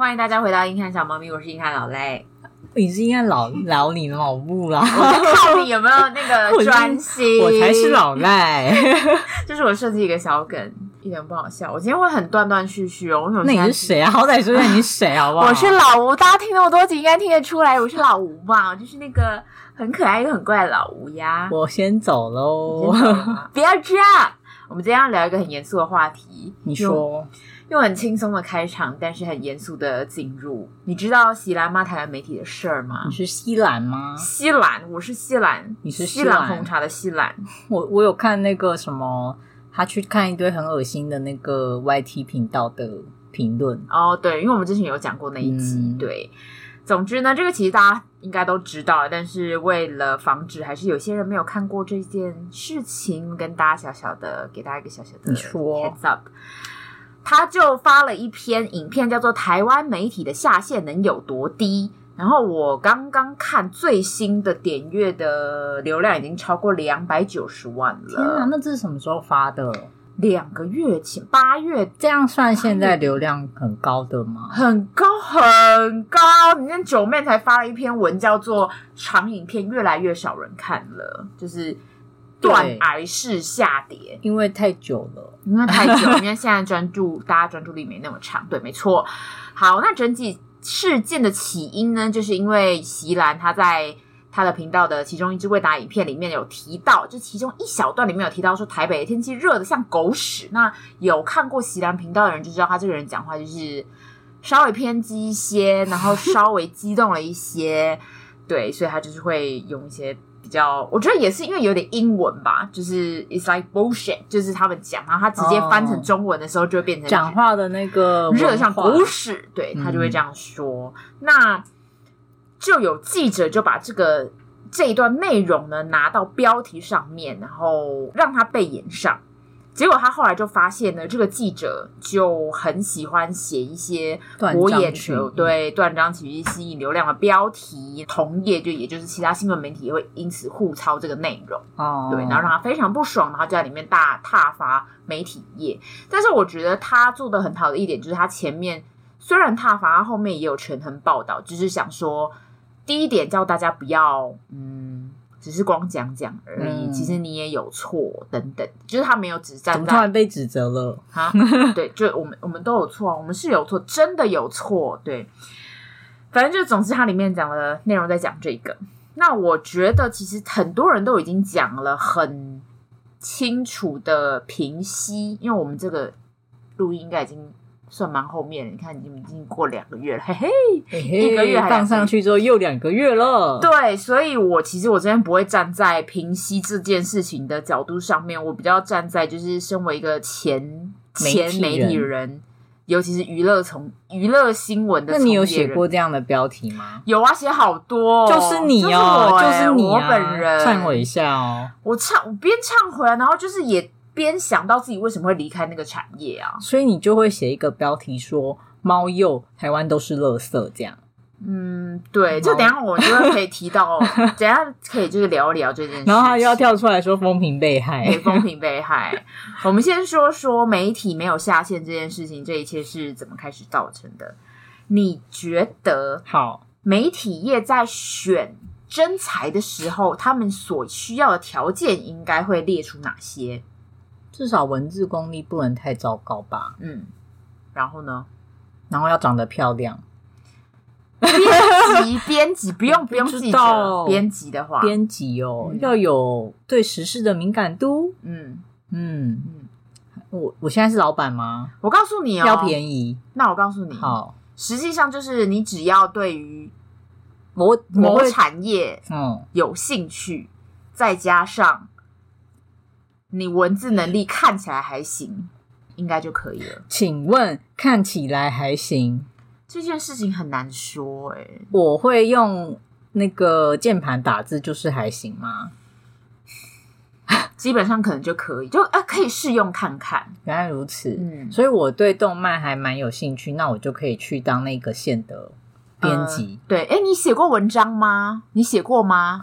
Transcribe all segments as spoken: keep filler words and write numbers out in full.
欢迎大家回到硬汉小猫咪，我是硬汉老赖。 你是应该老老你老母啦， 我在看你有没有那个专心。 我才是老赖。 就是我设计一个小梗，一点不好笑。我今天会很断断续续哦。 那你是谁啊？好歹说下你是谁好不好？ 我是老吴，大家听那么多集应该听得出来，我是老吴吧？我就是那个很可爱又很怪的老吴呀。 我先走喽， 不要这样。我们今天要聊一个很严肃的话题。 你说。 用很轻松的开场，但是很严肃的进入。你知道席兰骂台湾媒体的事儿吗？ 你是西兰吗？ 西兰，我是西兰。 你是西兰红茶的西兰。 我我有看那个什么，他去看一堆很恶心的那个 Y T 频道的评论。 哦，对，因为我们之前有讲过那一集。嗯、对，总之呢，这个其实大家应该都知道，但是为了防止还是有些人没有看过这件事情，跟大家小小的给大家一个小小的 heads up。他就发了一篇影片，叫做《台湾媒体的下限能有多低》。然后我刚刚看最新的点阅的流量已经超过两百九十万了。 天哪，那这是什么时候发的？ 两个月前，八月。 这样算现在流量很高的吗？ 很高很高。你看九妹才发了一篇文，叫做《长影片越来越少人看了》，就是断崖式下跌， 因为太久了， 因为太久，因为现在专注，大家专注力没那么长。对，没错。好，那整体事件的起因呢，就是因为席兰他在他的频道的其中一支问答影片里面有提到，就其中一小段里面有提到说台北的天气热得像狗屎。那有看过席兰频道的人就知道，他这个人讲话就是稍微偏激一些，然后稍微激动了一些，对，所以他就是会用一些。比较，我觉得也是因为有点英文吧，就是 it's like bullshit， 就是他们讲，然后他直接翻成中文的时候就会变成讲话的那个热得像狗屎，对，他就会这样说。嗯、那就有记者就把这个这一段内容呢拿到标题上面，然后让他被延上。结果他后来就发现呢，这个记者就很喜欢写一些博眼球，对，断章取义、吸引流量的标题，同业就也就是其他新闻媒体也会因此互抄这个内容，哦，对，然后让他非常不爽，然后就在里面大挞伐媒体业。但是我觉得他做的很好的一点就是他前面虽然挞伐，他后面也有权衡报道，就是想说第一点叫大家不要嗯。只是光讲讲而已、嗯，其实你也有错，等等，就是他没有只站在。 怎么突然被指责了？ 哈，对，就我们我们都有错，我们是有错，真的有错，对。反正就总之，它里面讲的内容在讲这个。那我觉得其实很多人都已经讲了很清楚的评析，因为我们这个录音应该已经。算蛮后面的，你看已经已经过两个月了，嘿嘿，嘿嘿一个月还放上去之后又两个月了。 对，所以我其实我这边不会站在平息这件事情的角度上面，我比较站在就是身为一个前前媒体人，尤其是娱乐从娱乐新闻的从业人。 那你有写过这样的标题吗？ 有啊，写好多、哦， 就是你哦， 就是、欸、 就是你、 啊，我本人忏悔一下哦。 我忏，我边忏悔啊，然后就是也。边想到自己为什么会离开那个产业啊， 所以你就会写一个标题说猫鼬台湾都是垃圾这样。 嗯，对，就等一下我就会可以提到等一下可以就是聊一聊这件事情， 然后他又要跳出来说风评被害， 对，风评被害。我们先说说媒体没有下线这件事情，这一切是怎么开始造成的。你觉得好， 媒体业在选征才的时候他们所需要的条件应该会列出哪些？ 至少文字功力不能太糟糕吧。 嗯，然后呢？ 然后要长得漂亮。 编辑，编辑不用不用记者，编辑的话， 编辑哦、嗯，要有对时事的敏感度。 嗯嗯嗯，我我现在是老板吗？ 我告诉你哦， 要便宜。 那我告诉你， 好， 实际上就是你只要对于某某产业嗯有兴趣，嗯、再加上。你文字能力看起来还行，应该就可以了。 请问看起来还行这件事情很难说诶、欸、 我会用那个键盘打字就是还行吗？ 基本上可能就可以，就啊可以试用看看。 原来如此， 嗯， 所以我对动漫还蛮有兴趣，那我就可以去当那个线的编辑、 呃。对，诶你写过文章吗？你写过吗？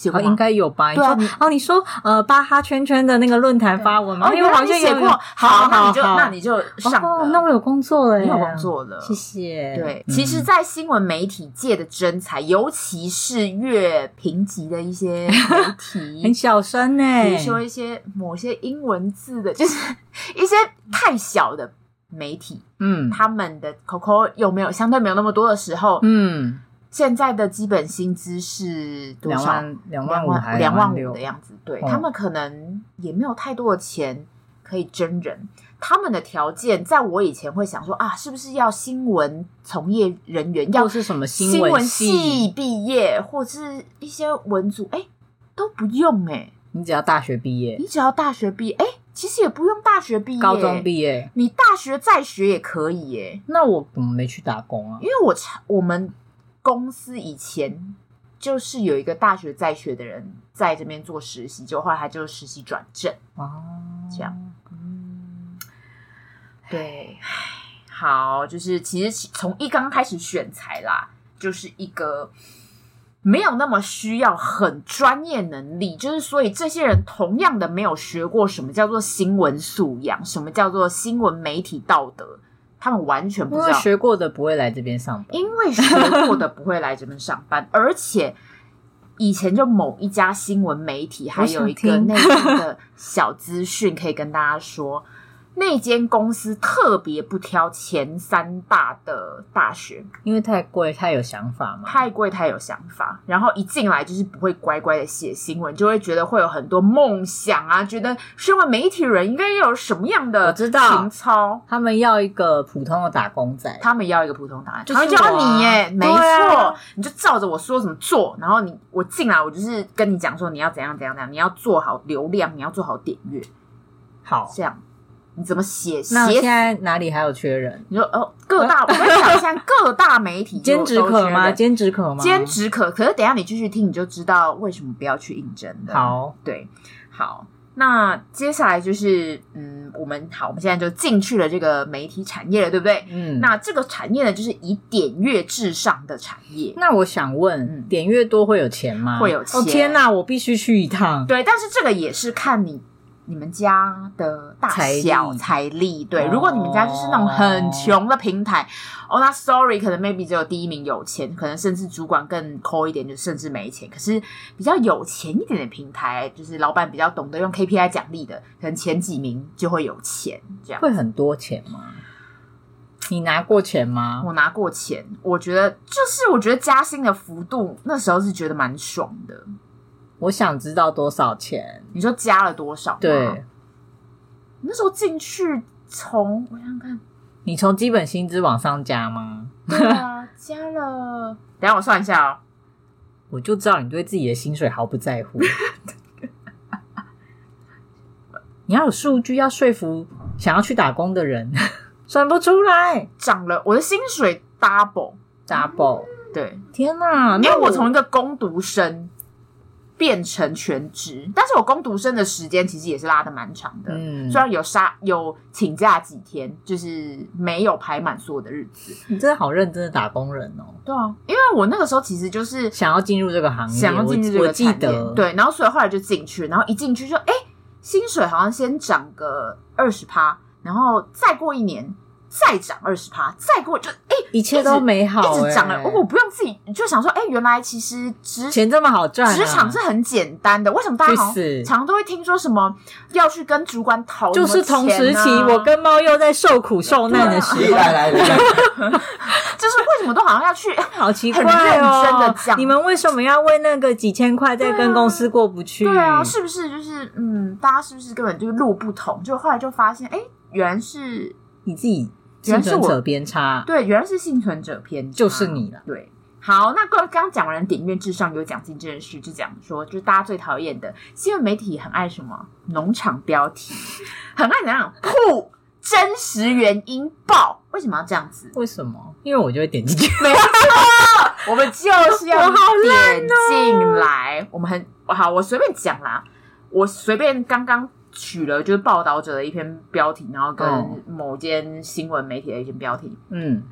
写过吗？ 哦、应该有吧？ 对啊， 你说哦，你说呃巴哈圈圈的那个论坛发文吗？ 哦， 因为我好像写过。好， 好那你就好那你就上了。 哦，那我有工作了耶， 你有工作了， 谢谢。 对， 嗯、 其实，在新闻媒体界的征才，尤其是越评级的一些媒体， 很小声呢。 比如说一些某些英文字的，就是一些太小的媒体， 嗯， 他们的 Coco 有没有相对没有那么多的时候， 嗯。 现在的基本薪资是多少？ 两万两万五还两万六五的样子。对、 哦、 他们可能也没有太多的钱可以真人。他们的条件，在我以前会想说啊，是不是要新闻从业人员要是什么新闻系毕业，或是一些文组？哎，都不用哎、欸， 你只要大学毕业， 你只要大学毕业，哎，其实也不用大学毕业， 高中毕业， 你大学再学也可以耶、欸。 那我怎么没去打工啊？ 因为我我们。公司以前就是有一个大学在学的人在这边做实习，就后来他就实习转正哦， 这样，嗯，对，好，就是其实从一刚开始选材啦，就是一个没有那么需要很专业能力，就是所以这些人同样的没有学过什么叫做新闻素养，什么叫做新闻媒体道德。他们完全不知道， 因为学过的不会来这边上班， 因为学过的不会来这边上班，而且以前就某一家新闻媒体还有一个内部的小资讯可以跟大家说，那间公司特别不挑前三大的大学， 因为太贵，太有想法嘛， 太贵太有想法，然后一进来就是不会乖乖的写新闻，就会觉得会有很多梦想啊，觉得身为媒体人应该要有什么样的情操， 他们要一个普通的打工仔， 他们要一个普通打工仔， 就是他们就要你耶，没错、 啊， 你就照着我说怎么做，然后你我进来我就是跟你讲说你要怎样怎样怎样，你要做好流量，你要做好点阅， 好这样。你怎么写？ 那现在哪里还有缺人？ 你说哦，各大我跟你讲，现在各大媒体兼职可吗？兼职可吗？ 兼职可，可是等一下你继续听，你就知道为什么不要去应征的。 好， 对，好，那接下来就是嗯，我们好，我们现在就进去了这个媒体产业了，对不对？ 嗯， 那这个产业呢，就是以点阅至上的产业。 那我想问，嗯、点阅多会有钱吗？ 会有钱。 哦天哪，我必须去一趟。 对，但是这个也是看你。你们家的大小财力，对、哦，如果你们家就是那种很穷的平台，哦，那 sorry， 可能 maybe 只有第一名有钱，可能甚至主管更抠一点，就甚至没钱。可是比较有钱一点的平台，就是老板比较懂得用 K P I 奖励的，可能前几名就会有钱，这样会很多钱吗？你拿过钱吗？ 我拿过钱，我觉得就是我觉得加薪的幅度那时候是觉得蛮爽的。 我想知道多少钱？ 你说加了多少吗？ 对， 那时候进去从我想想看， 你从基本薪资往上加吗？ 对啊，加了。等一下我算一下哦， 我就知道你对自己的薪水毫不在乎。你要有数据，要说服想要去打工的人，算不出来。 涨了，我的薪水 double double， 对， 天哪！ 因为我从一个工读生。变成全职，但是我工读生的时间其实也是拉得蛮长的，嗯，虽然有杀有请假几天，就是没有排满所有的日子。 你真的好认真的打工人哦。 对啊，因为我那个时候其实就是想要进入这个行业， 想要进入这个产业， 我记得对，然后所以后来就进去，然后一进去就哎，薪水好像先涨个二十趴，然后再过一年。再涨二十趴，再过就哎， 一切都美好、欸， 一直涨了。我不用自己就想说，哎，原来其实职钱这么好赚、啊， 职场是很简单的。为什么大家好像常常都会听说什么要去跟主管讨论、啊？ 就是同时期，我跟猫又在受苦受难的时候， 来来来， 就是为什么都好像要去， 好奇怪哦， 很认真的讲， 你们为什么要为那个几千块再跟公司过不去？ 对啊，是不是就是嗯，大家是不是根本就是路不同？就后来就发现，哎，原来是你自己。幸存者偏差， 对，原来是幸存者偏差， 就是你了。 对，好，那刚刚讲完点阅至上有奖金这件事，就讲说，就是大家最讨厌的新闻媒体很爱什么农场标题，很爱怎样铺真实原因报，为什么要这样子？ 为什么？因为我就会点进去， 没错，我们就是要点进来。我们很好，我随便讲啦，我随便刚刚。取了就是报道者的一篇标题，然后跟某间新闻媒体的一篇标题。 嗯，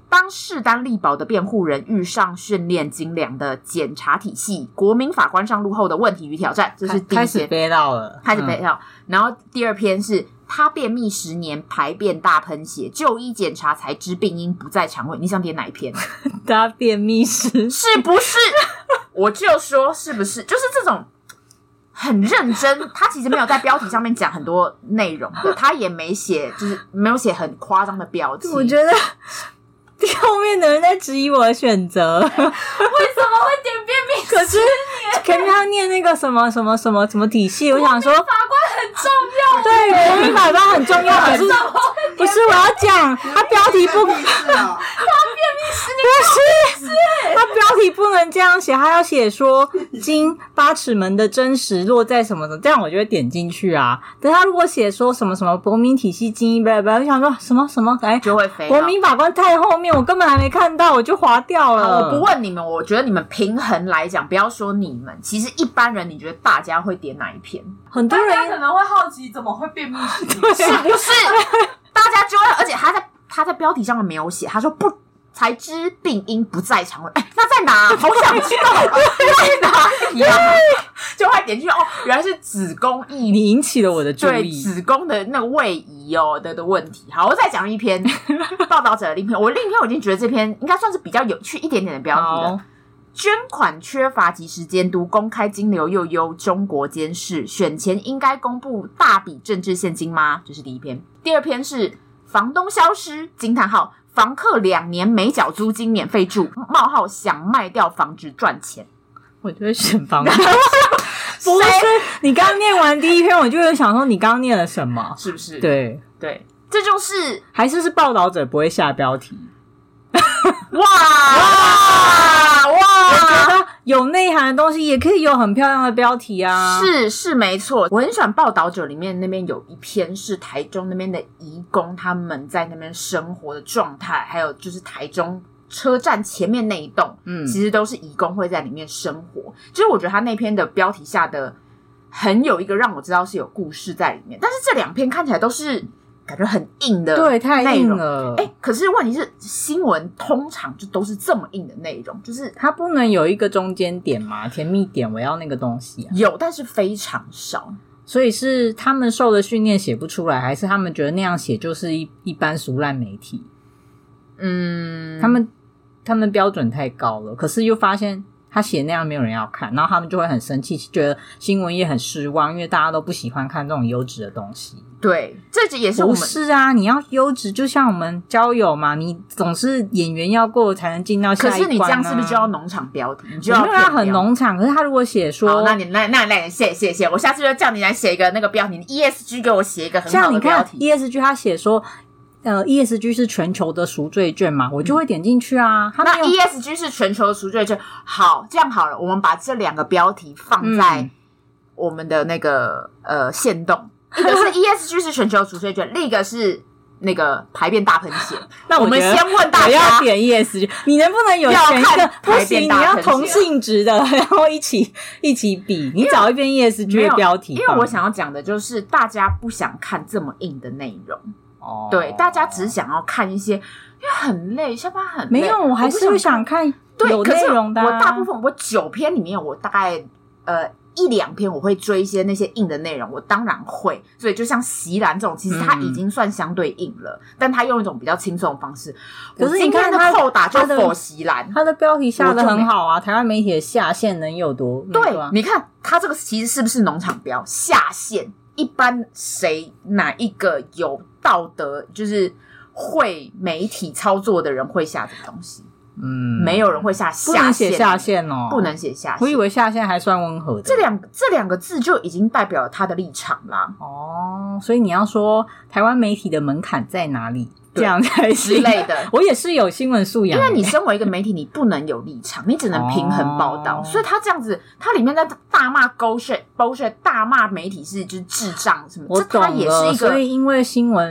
当势单力薄的辩护人遇上训练精良的检察体系，国民法官上路后的问题与挑战，这是第一篇， 开始背到了， 开始背到、嗯。然后第二篇是他便秘十年，排便大喷血，就医检查才知病因不在肠胃。你想点哪一篇？ 他便秘时是不是？我就说是不是？就是这种很认真，他其实没有在标题上面讲很多内容的，他也没写，就是没有写很夸张的标题。 我觉得后面的人在质疑我的选择，为什么会点便秘？ 可是可是他念那个什么什么什么什么体系，我想说法官很重要， 对，国民法官很重要，可是不是我要讲，他标题不，他便秘时不是，他标题不能这样写，他要写说经八尺门的真实落在什么的，这样我就会点进去啊。但他如果写说什么什么国民体系精英，不不，我想说什么什么，哎， 就会飞。 国民法官太后面，我根本还没看到，我就划掉了。 我不问你们，我觉得你们平衡来讲，不要说你们，其实一般人，你觉得大家会点哪一篇？ 很多人大家可能会好奇怎么会便秘时， 是不是？大家就会，而且他在他在标题上面没有写，他说不才知病因不在肠胃，哎，那在哪？好想知道在哪里啊！就会点进去哦，原来是子宫异， 你引起了我的注意， 对子宫的那个位移哦的的问题。好，我再讲一篇报道者的另一篇，我另一篇我已经觉得这篇应该算是比较有趣一点点的标题了。捐款缺乏及时监督，公开金流又优中国监视，选前应该公布大笔政治现金吗？这是第一篇。第二篇是房东消失惊叹号，房客两年没缴租金免费住冒号想卖掉房子赚钱。 我就会选房东。不是，你刚刚念完第一篇，我就有想说你刚刚念了什么， 是不是？ 对对，这就是还是是报道者不会下标题。 哇哇哇！ 我觉得有内涵的东西也可以有很漂亮的标题啊。 是是没错，我很喜欢报道者里面那边有一篇是台中那边的移工他们在那边生活的状态，还有就是台中车站前面那一栋，嗯，其实都是移工会在里面生活。其实我觉得他那篇的标题下的很有一个让我知道是有故事在里面，但是这两篇看起来都是感觉很硬的内容， 对，太硬了。 哎，可是问题是，新闻通常就都是这么硬的内容，就是它不能有一个中间点嘛，甜蜜点，我要那个东西啊。 有，但是非常少。 所以是他们受的训练写不出来，还是他们觉得那样写就是一一般俗烂媒体？嗯，他们他们标准太高了，可是又发现他写那样没有人要看，然后他们就会很生气，觉得新闻业很失望，因为大家都不喜欢看这种优质的东西。 对，这也是我们不是啊，你要优质，就像我们交友嘛，你总是演员要过才能进到下一关、啊、 可是你这样是不是就要农场标题？你就要没有要很农场，可是他如果写说， 好，那你那那那谢谢谢，我下次就叫你来写一个那个标题，你 E S G 给我写一个很好的标题。 像你看 E S G 他写说。呃 ，E S G 是全球的赎罪券嘛，我就会点进去啊。 嗯、那 E S G 是全球的赎罪券，好，这样好了，我们把这两个标题放在我们的那个、嗯、呃限动，一个是 E S G 是全球赎罪券，另一个是那个排便大喷血。那我们先问大家， 我要点 E S G， 你能不能有选一个？不行，你要同性质的，然后一起一起比，你找一篇 E S G 的标题。 因为我想要讲的就是大家不想看这么硬的内容。哦，对，大家只想要看一些，因为很累，下班很累。 没有，我还是会想看有内容的、啊。 我大部分我九篇里面，我大概呃一两篇我会追一些那些硬的内容，我当然会。所以就像席兰这种，其实它已经算相对硬了，嗯、但它用一种比较轻松的方式。 可是你看的扣打就否席兰， 它的标题下的很好啊，台湾媒体的下限能有多？ 对，啊、你看它这个其实是不是农场标下限？一般谁哪一个有道德就是会媒体操作的人会下这个东西？嗯，没有人会下下限， 不能写下限哦， 不能写下限。 我以为下限还算温和的。 这两这两个字就已经代表了他的立场啦。 哦，所以你要说台湾媒体的门槛在哪里？这样才之类的， 我也是有新闻素养， 因为你身为一个媒体，你不能有立场，你只能平衡报道。哦、所以他这样子，他里面在大骂 bullshit bullshit 大骂媒体是就是智障什么， 我懂了。 这他也是一个。 所以因为新闻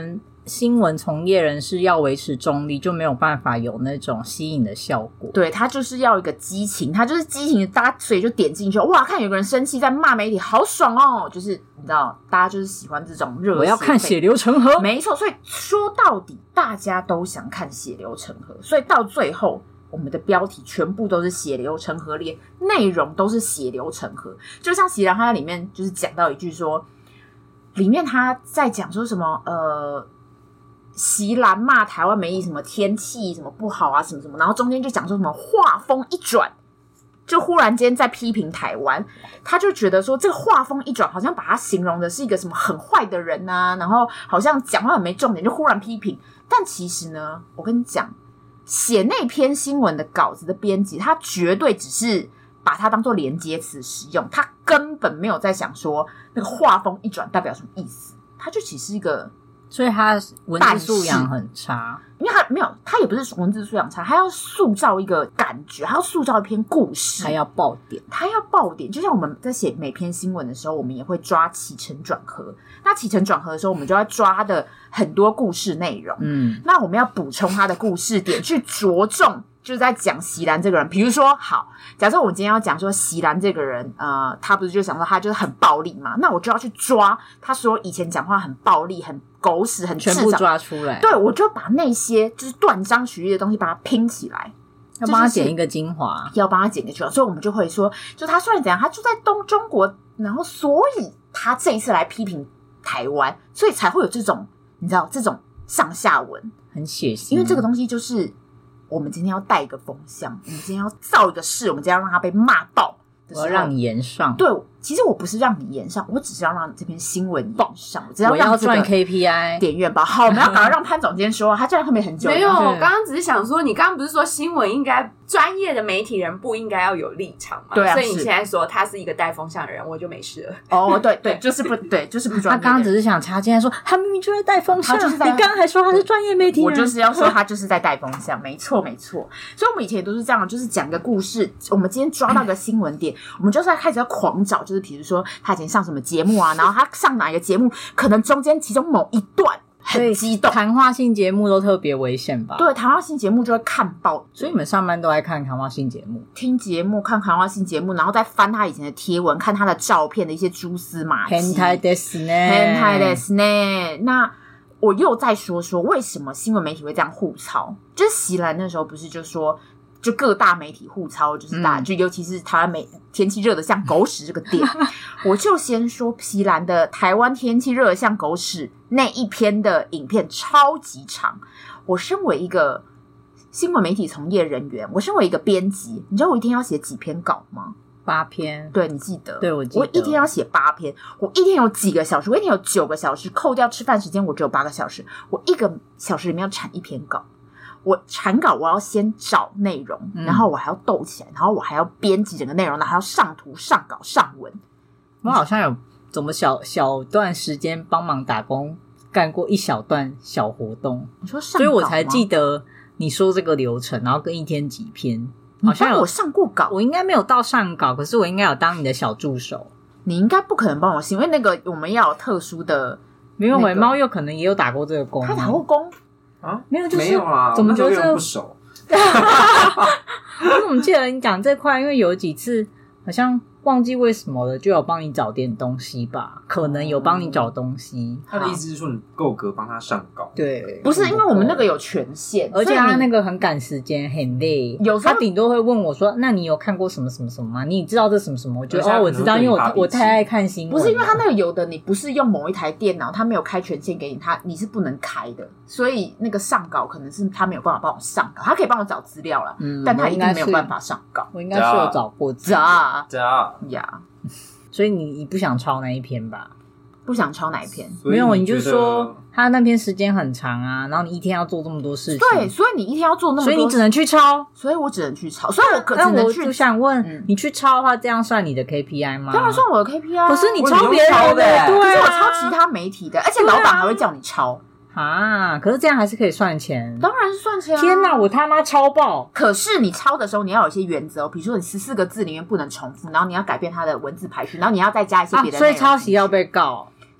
新闻从业人士要维持中立，就没有办法有那种吸引的效果。 对，他就是要一个激情，他就是激情的，大家所以就点进去，哇，看有个人生气在骂媒体，好爽哦！就是你知道，大家就是喜欢这种热血。 我要看血流成河， 没错。所以说到底，大家都想看血流成河，所以到最后，我们的标题全部都是血流成河，连内容都是血流成河。就像席兰他在里面就是讲到一句说，里面他在讲说什么呃。席兰骂台湾媒体什么天气什么不好啊什么什么，然后中间就讲说什么话锋一转，就忽然间在批评台湾，他就觉得说这个话锋一转好像把他形容的是一个什么很坏的人啊，然后好像讲话很没重点，就忽然批评。但其实呢，我跟你讲，写那篇新闻的稿子的编辑，他绝对只是把它当作连接词使用，他根本没有在想说那个话锋一转代表什么意思，他就只是一个。 所以他文字素养很差， 因为他没有，他也不是文字素养差，他要塑造一个感觉，他要塑造一篇故事， 他要爆点， 他要爆点。就像我们在写每篇新闻的时候，我们也会抓起承转合。那起承转合的时候，我们就要抓他的很多故事内容。嗯，那我们要补充他的故事点，去着重。就是在讲席兰这个人，比如说，好，假设我们今天要讲说席兰这个人，呃，他不是就想说他就是很暴力嘛？那我就要去抓他说以前讲话很暴力、很狗屎、很全部抓出来。 对，我就把那些就是断章取义的东西把它拼起来， 要帮他剪一个精华， 要帮他剪一个精华。所以我们就会说，就他虽然怎样，他就在东中国，然后所以他这一次来批评台湾，所以才会有这种你知道这种上下文很血腥， 因为这个东西就是。我们今天要带一个风向，我们今天要造一个事，我们今天要让他被骂爆的时候， 我要让你炎上。 对，其实我不是让你炎上，我只是要让这篇新闻炎上，我只要让我要赚 K P I 点阅吧。好，我们要赶快让潘总监说，他站在后面很久。 没有，我刚刚只是想说，你刚刚不是说新闻应该专业的媒体人不应该要有立场吗？ 对啊， 所以你现在说他是一个带风向的人，我就没事了。 哦，对对，就是不对，就是不专业。 他刚刚只是想插进来说，他明明就在带风向， 就是在你刚刚还说他是专业媒体人， 我就是要说他就是在带风向，没错没错。所以我们以前也都是这样，就是讲个故事，我们今天抓到个新闻点，我们就是要开始要狂找，就是比如说他以前上什么节目啊，然后他上哪一个节目，可能中间其中某一段。很激动， 谈话性节目都特别危险吧？ 对，谈话性节目就会看爆， 所以你们上班都爱看谈话性节目， 听节目、看谈话性节目，然后再翻他以前的贴文，看他的照片的一些蛛丝马迹。 変態ですね， 変態ですね。那我又再说说为什么新闻媒体会这样互抄？就是席兰那时候不是就说。就各大媒体互抄，就是大、嗯、就尤其是台湾美天气热的像狗屎这个点，我就先说席兰的台湾天气热的像狗屎那一篇的影片超级长。我身为一个新闻媒体从业人员，我身为一个编辑，你知道我一天要写几篇稿吗？ 八篇。 对，你记得？ 对，我记得。 我一天要写八篇，我一天有几个小时？我一天有九个小时，扣掉吃饭时间，我只有八个小时。我一个小时里面要产一篇稿。我产稿，我要先找内容，嗯、然后我还要斗起来，然后我还要编辑整个内容，然后还要上图、上稿、上文。 我好像有怎么小小段时间帮忙打工，干过一小段小活动。 你说上稿吗？ 所以我才记得你说这个流程，然后跟一天几篇。好像有我上过稿， 我应该没有到上稿，可是我应该有当你的小助手。 你应该不可能帮我写，因为那个我们要有特殊的、那個。 没有，猫又可能也有打过这个工。 他打过工。 啊， 没有，就是没有啊， 怎么觉得不熟？ 我怎么记得你讲这块？因为有几次好像忘记为什么了，就有帮你找点东西吧？可能有帮你找东西。 他的意思是说你够格帮他上稿， 对， 不是因为我们那个有权限， 而且他那个很赶时间，很累。 有时候他顶多会问我说：“那你有看过什么什么什么吗？你知道这什么什么？”我觉得哦，我知道，因为我我太爱看新闻。 不是因为他那个有的，你不是用某一台电脑，他没有开权限给你，他你是不能开的，所以那个上稿可能是他没有办法帮我上稿，他可以帮我找资料啦，嗯，但他一定没有办法上稿。 我应该是有找过资料呀呀。 所以你你不想抄那一篇吧？ 不想抄哪一篇？ 没有，你就说他那篇时间很长啊，然后你一天要做这么多事情， 对，所以你一天要做那么多， 所以你只能去抄， 所以我只能去抄，所以我可只能去。 那我就想问，嗯、你去抄的话，这样算你的 K P I 吗？ 当然算我的 K P I， 可是你抄别人的，对、啊， 可是我抄其他媒体的，而且老板还会叫你抄。 啊！可是这样还是可以算钱， 当然是算钱啊！ 天哪，我他妈抄爆！ 可是你抄的时候，你要有一些原则、哦，比如说你十四个字里面不能重复，然后你要改变它的文字排序，然后你要再加一些别的内容、 啊。所以抄袭要被告，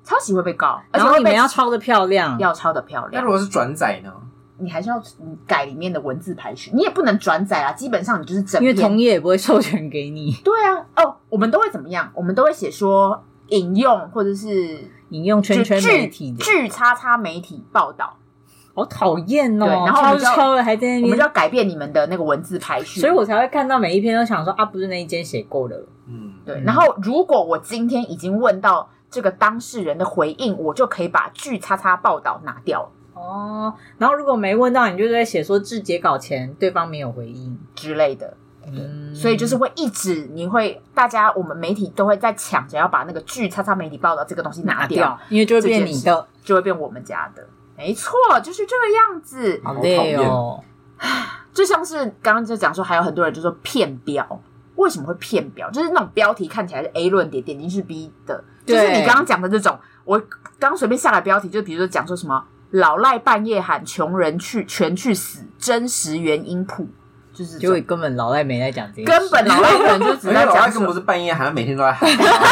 抄袭会被告，而然后你且会被们要抄的漂亮， 要抄的漂亮。 那如果是转载呢？ 你还是要改里面的文字排序，你也不能转载啊。基本上你就是整篇， 因为同业也不会授权给你。 对啊，哦，我们都会怎么样？我们都会写说引用或者是引用圈圈媒体的据叉叉媒体报道。 好讨厌哦！ 对，然后我们就抄了还在那边， 我们就要改变你们的那个文字排序， 所以我才会看到每一篇都想说啊，不是那一间写过了。 嗯， 对。然后如果我今天已经问到这个当事人的回应，我就可以把据叉叉报道拿掉哦。然后如果没问到，你就在写说致截稿前对方没有回应之类的。 嗯， 所以就是会一直，你会大家我们媒体都会在抢着要把那个据叉叉媒体报道这个东西拿掉， 拿掉因为就会变你的， 就会变我们家的。没错，就是这个样子。 好累哦。 就像是刚刚就讲说，还有很多人就说骗标，为什么会骗标？就是那种标题看起来是 A 论点，点进去 B 的，就是你刚刚讲的这种。我刚随便下来标题，就比如说讲说什么老赖半夜喊穷人去全去死，真实原因谱。就是结果根本老赖没在讲这些， 根本老赖可能就只在讲， 老赖根本不是半夜喊，他每天都在喊，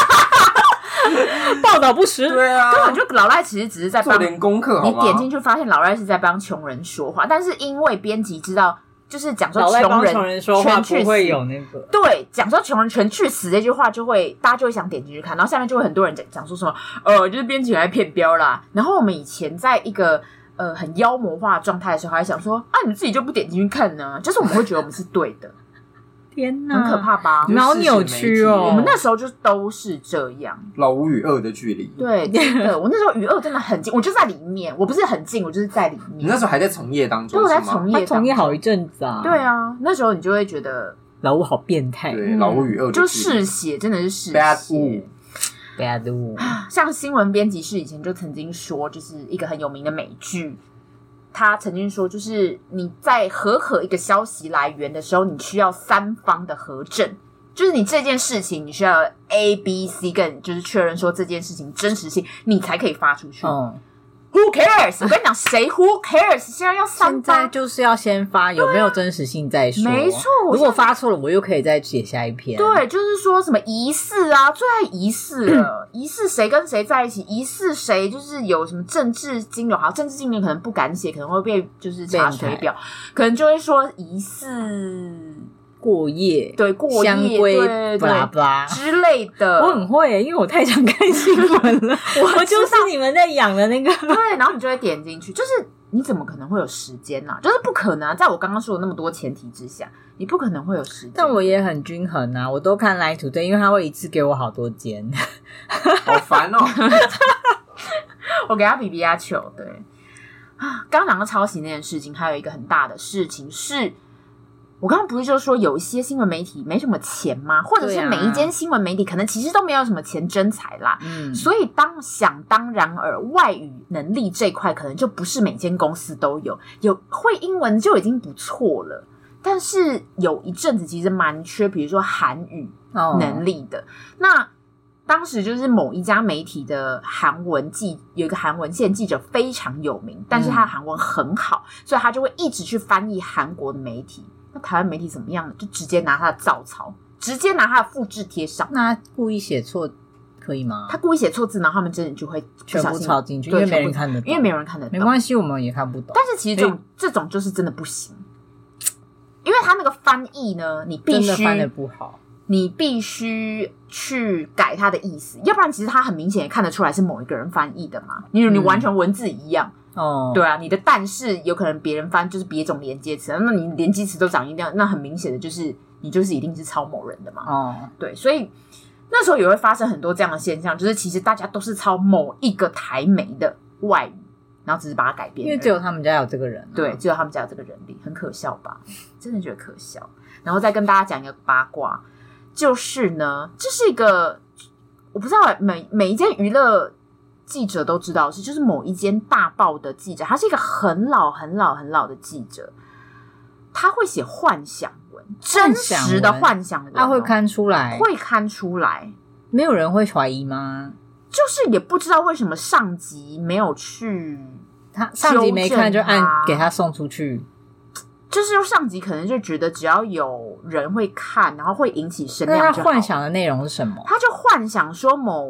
报道不实。 对啊， 根本就老赖其实只是在帮做点功课，好吗？ 你点进去发现老赖是在帮穷人说话，但是因为编辑知道，就是讲说老赖帮穷人穷人说话不会有那个， 对，讲说穷人全去死这句话，就会大家就会想点进去看，然后下面就会很多人讲讲说什么，呃，就是编辑来骗标啦。然后我们以前在一个呃很妖魔化的状态的时候，还想说啊，你们自己就不点进去看呢？就是我们会觉得我们是对的。 天哪， 很可怕吧？ 你们好扭曲哦！ 我们那时候就都是这样， 老吴与恶的距离。 对，真的，我那时候与恶真的很近，我就在里面，我不是很近，我就是在里面。 你那时候还在从业当中， 对，我在从业当中， 他从业好一阵子啊。 对啊，那时候你就会觉得老吴好变态， 对，老吴与恶的距离就嗜血，真的是嗜血。 Bad Bad Wu， 像新闻编辑室以前就曾经说，就是一个很有名的美剧。他曾经说，就是你在核可一个消息来源的时候，你需要三方的核证，就是你这件事情，你需要 A、B、C 跟就是确认说这件事情真实性，你才可以发出去。 嗯 Who cares？ 我跟你讲，谁 Who cares？ 现在要三现方， 在就是要先发，有没有真实性再说。 没错， 如果发错了，我又可以再写下一篇。 对，就是说什么疑似啊，最爱疑似了，疑似谁跟谁在一起，疑似谁就是有什么政治金流，好，政治金流可能不敢写，可能会被就是查水表，可能就会说疑似过夜， 对，过夜， 香龟， 对巴拉巴拉之类的。 我很会耶，因为我太常看新闻了，我就是你们在养的那个。 对，然后你就会点进去，就是你怎么可能会有时间呢、啊？就是不可能啊！在我刚刚说的那么多前提之下，你不可能会有时间。 但我也很均衡啊，我都看 Line Today，因为他会一次给我好多间， 好烦哦。 我给他比比亚球，对啊。刚刚讲到抄袭那件事情，还有一个很大的事情是。我刚刚不是就说有一些新闻媒体没什么钱吗？或者是每一间新闻媒体可能其实都没有什么钱征才啦。 嗯， 所以当想当然尔，外语能力这块可能就不是每间公司都有，有会英文就已经不错了。但是有一阵子其实蛮缺，比如说韩语能力的。哦、那当时就是某一家媒体的韩文记有一个韩文线记者非常有名，但是他的韩文很好，嗯、所以他就会一直去翻译韩国的媒体。那台湾媒体怎么样呢？就直接拿他的照抄，直接拿他的复制贴上。 那故意写错可以吗？ 他故意写错字，然后他们真的就会全部抄进去，因为没人看得懂， 因为没有人看得懂。 没关系，我们也看不懂。 但是其实这种这种就是真的不行，因为他那个翻译呢，你必须真的翻得不好， 你必须去改他的意思，要不然其实他很明显也看得出来是某一个人翻译的嘛。你你完全文字一样。嗯哦， 对啊，你的但是有可能别人翻就是别种连接词，那你连接词都长一样，那很明显的就是你就是一定是抄某人的嘛。 哦， 对，所以那时候也会发生很多这样的现象，就是其实大家都是抄某一个台媒的外语，然后只是把它改变， 因为只有他们家有这个人、啊， 对，只有他们家有这个人力，很可笑吧？真的觉得可笑。然后再跟大家讲一个八卦，就是呢，这是一个我不知道每每一间娱乐。记者都知道是，就是某一间大报的记者，他是一个很老很老很老的记者，他会写幻想文，真实的幻想文， 他会看出来， 会看出来， 没有人会怀疑吗？ 就是也不知道为什么上级没有去， 他上级没看就按给他送出去， 就是上级可能就觉得只要有人会看，然后会引起声量就好。 那他幻想的内容是什么？ 他就幻想说某。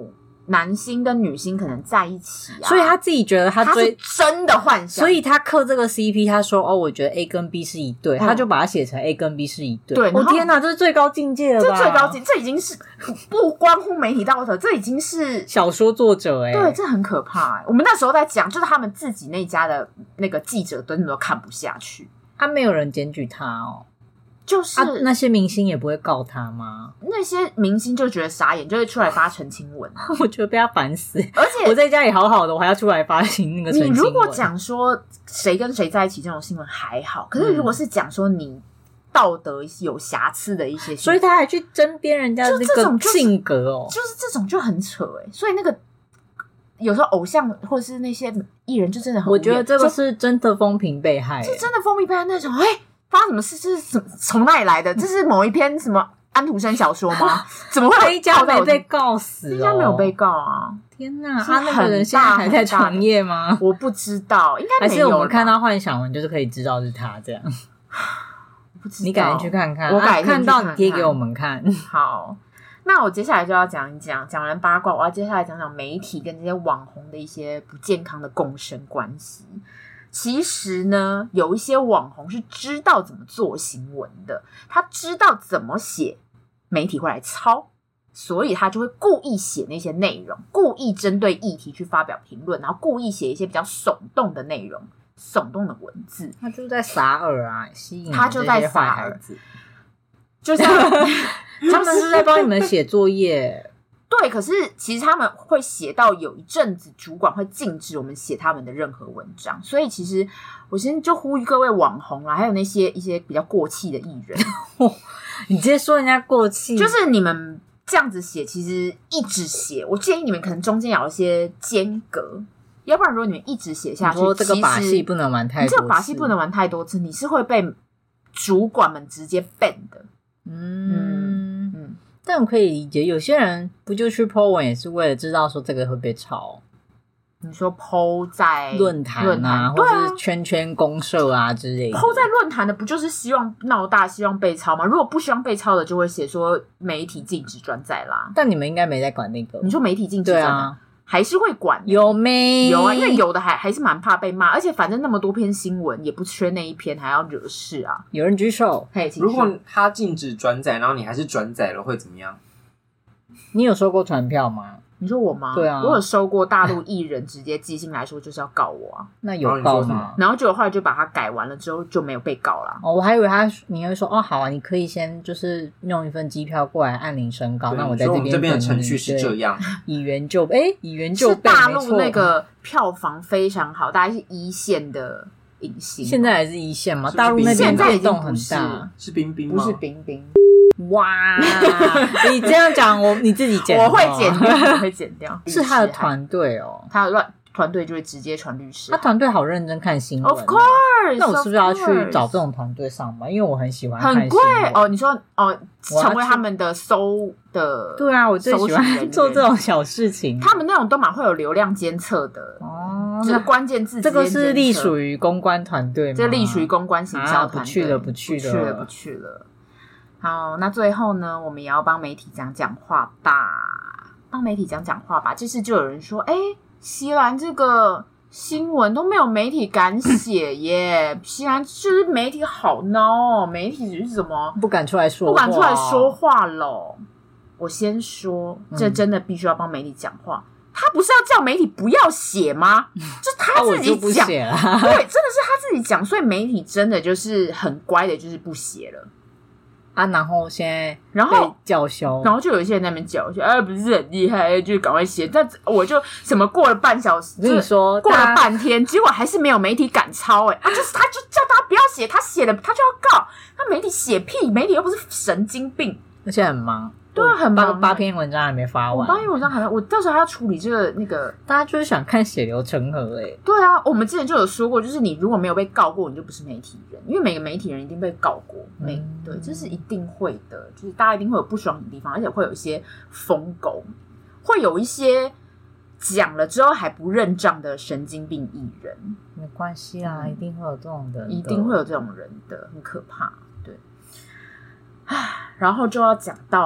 男星跟女星可能在一起啊， 所以他自己觉得他他追是真的幻想， 所以他刻这个 C P， 他说哦，我觉得 A 跟 B 是一对， 嗯、 他就把它写成 A 跟 B 是一对。 对， 我、哦、天哪，这是最高境界了吧？ 这最高境，这已经是不关乎媒体道德，这已经是小说作者哎、欸， 对，这很可怕哎、欸。我们那时候在讲，就是他们自己那家的那个记者真的都看不下去， 他、啊、没有人检举他哦。 就是、 啊、那些明星也不会告他吗？ 那些明星就觉得傻眼，就会出来发澄清文。 我觉得被他烦死， 而且我在家里好好的，我还要出来发行那个澄清文。 你如果讲说谁跟谁在一起这种新闻还好，可是如果是讲说你道德有瑕疵的一些新闻， 所以他还去争辩人家的这个性格哦， 就是、就是这种就很扯哎、欸。所以那个有时候偶像或是那些艺人就真的很无言， 我觉得这个是真的风评被害、欸， 是真的风评被害那种哎。欸发生什么事？这是从哪里来的？这是某一篇什么安徒生小说吗？怎么会那一家没被告死、哦？ 那一家没有被告啊！ 天哪，他那个人现在还在创业吗？ 我不知道，应该没有。 还是我们看到幻想文就是可以知道是他这样？ 不知道， 你改天去看看， 我改天看到你贴给我们看。 好，那我接下来就要讲一讲，讲完八卦，我要接下来讲讲媒体跟这些网红的一些不健康的共生关系。其实呢，有一些网红是知道怎么做新闻的，他知道怎么写，媒体会来抄，所以他就会故意写那些内容，故意针对议题去发表评论，然后故意写一些比较耸动的内容、耸动的文字。 他就在撒饵啊，吸引他就在撒饵，就像他们是在帮你们写作业。 对，可是其实他们会写到有一阵子，主管会禁止我们写他们的任何文章，所以其实我先就呼吁各位网红啊，还有那些一些比较过气的艺人， 你直接说人家过气， 就是你们这样子写，其实一直写，我建议你们可能中间要有一些间隔，要不然如果你们一直写下去， 你说这个把戏不能玩太多次， 这个把戏不能玩太多次，你是会被主管们直接 ban 的。 嗯嗯。但我可以理解，有些人不就去 po 文也是为了知道说这个会被抄。 你说 po 在论坛啊，或者是圈圈公社啊之类的。 po 在论坛的不就是希望闹大，希望被抄吗？如果不希望被抄的，就会写说媒体禁止转载啦。 但你们应该没在管那个。 你说媒体禁止转载，啊、还是会管？ 有没有啊？因为有的还还是蛮怕被骂，而且反正那么多篇新闻也不缺那一篇，还要惹事啊。 有人举手， 嘿， 如果他禁止转载，然后你还是转载了，会怎么样？ 你有收过传票吗？ 你说我吗？ 对啊， 我有收过大陆艺人直接寄信来说就是要告我啊。 那有告吗？ 然后结果后来就把它改完了之后就没有被告啦。 哦，我还以为他你会说哦好啊，你可以先就是用一份机票过来按铃申告，那我在这边这边的程序是这样， 以援救哎，以援救备。 是大陆那个票房非常好，大概是一线的影星。 现在还是一线吗？大陆那边变动很大， 是冰冰吗？ 不是冰冰。 哇，你这样讲我你自己剪， 我会剪掉，我会剪掉。 是他的团队哦， 他的乱团队就会直接传律师。 他团队好认真看新闻 ，Of course。 那我是不是要去找这种团队上班？因为我很喜欢看新闻。 很贵哦，你说哦，成为他们的搜的， 对啊，我最喜欢做这种小事情。 他们那种都蛮会有流量监测的哦，就是关键字。 这个是隶属于公关团队吗？ 这隶属于公关行销团队。 不去了，不去了， 不去了，不去了。好，那最后呢，我们也要帮媒体讲讲话吧，帮媒体讲讲话吧。这次就有人说，哎，席兰这个新闻都没有媒体敢写耶，席兰就是媒体好孬哦，媒体是怎么不敢出来说话， 不敢出来说话咯。我先说，这真的必须要帮媒体讲话。嗯、他不是要叫媒体不要写吗？就他自己讲，对，真的是他自己讲，所以媒体真的就是很乖的，就是不写了。 啊，然后现在然后叫嚣， 然后就有一些人在那边叫嚣，哎，不是很厉害，就赶快写。但我就什么过了半小时， 跟你说过了半天，结果还是没有媒体敢抄、欸。哎，啊，就是他就叫大家不要写，他写了他就要告，那媒体写屁，媒体又不是神经病， 而且很忙。 对啊，很忙， 八篇文章还没发完， 八篇文章还没，我到时候还要处理这个那个， 大家就是想看血流成河哎、欸。 对啊，我们之前就有说过，就是你如果没有被告过，你就不是媒体人，因为每个媒体人一定被告过，每、嗯、对，这是一定会的，就是大家一定会有不爽的地方，而且会有一些疯狗，会有一些讲了之后还不认账的神经病艺人。 没关系啊、嗯，一定会有这种人的， 一定会有这种人的，很可怕。对，唉，然后就要讲到。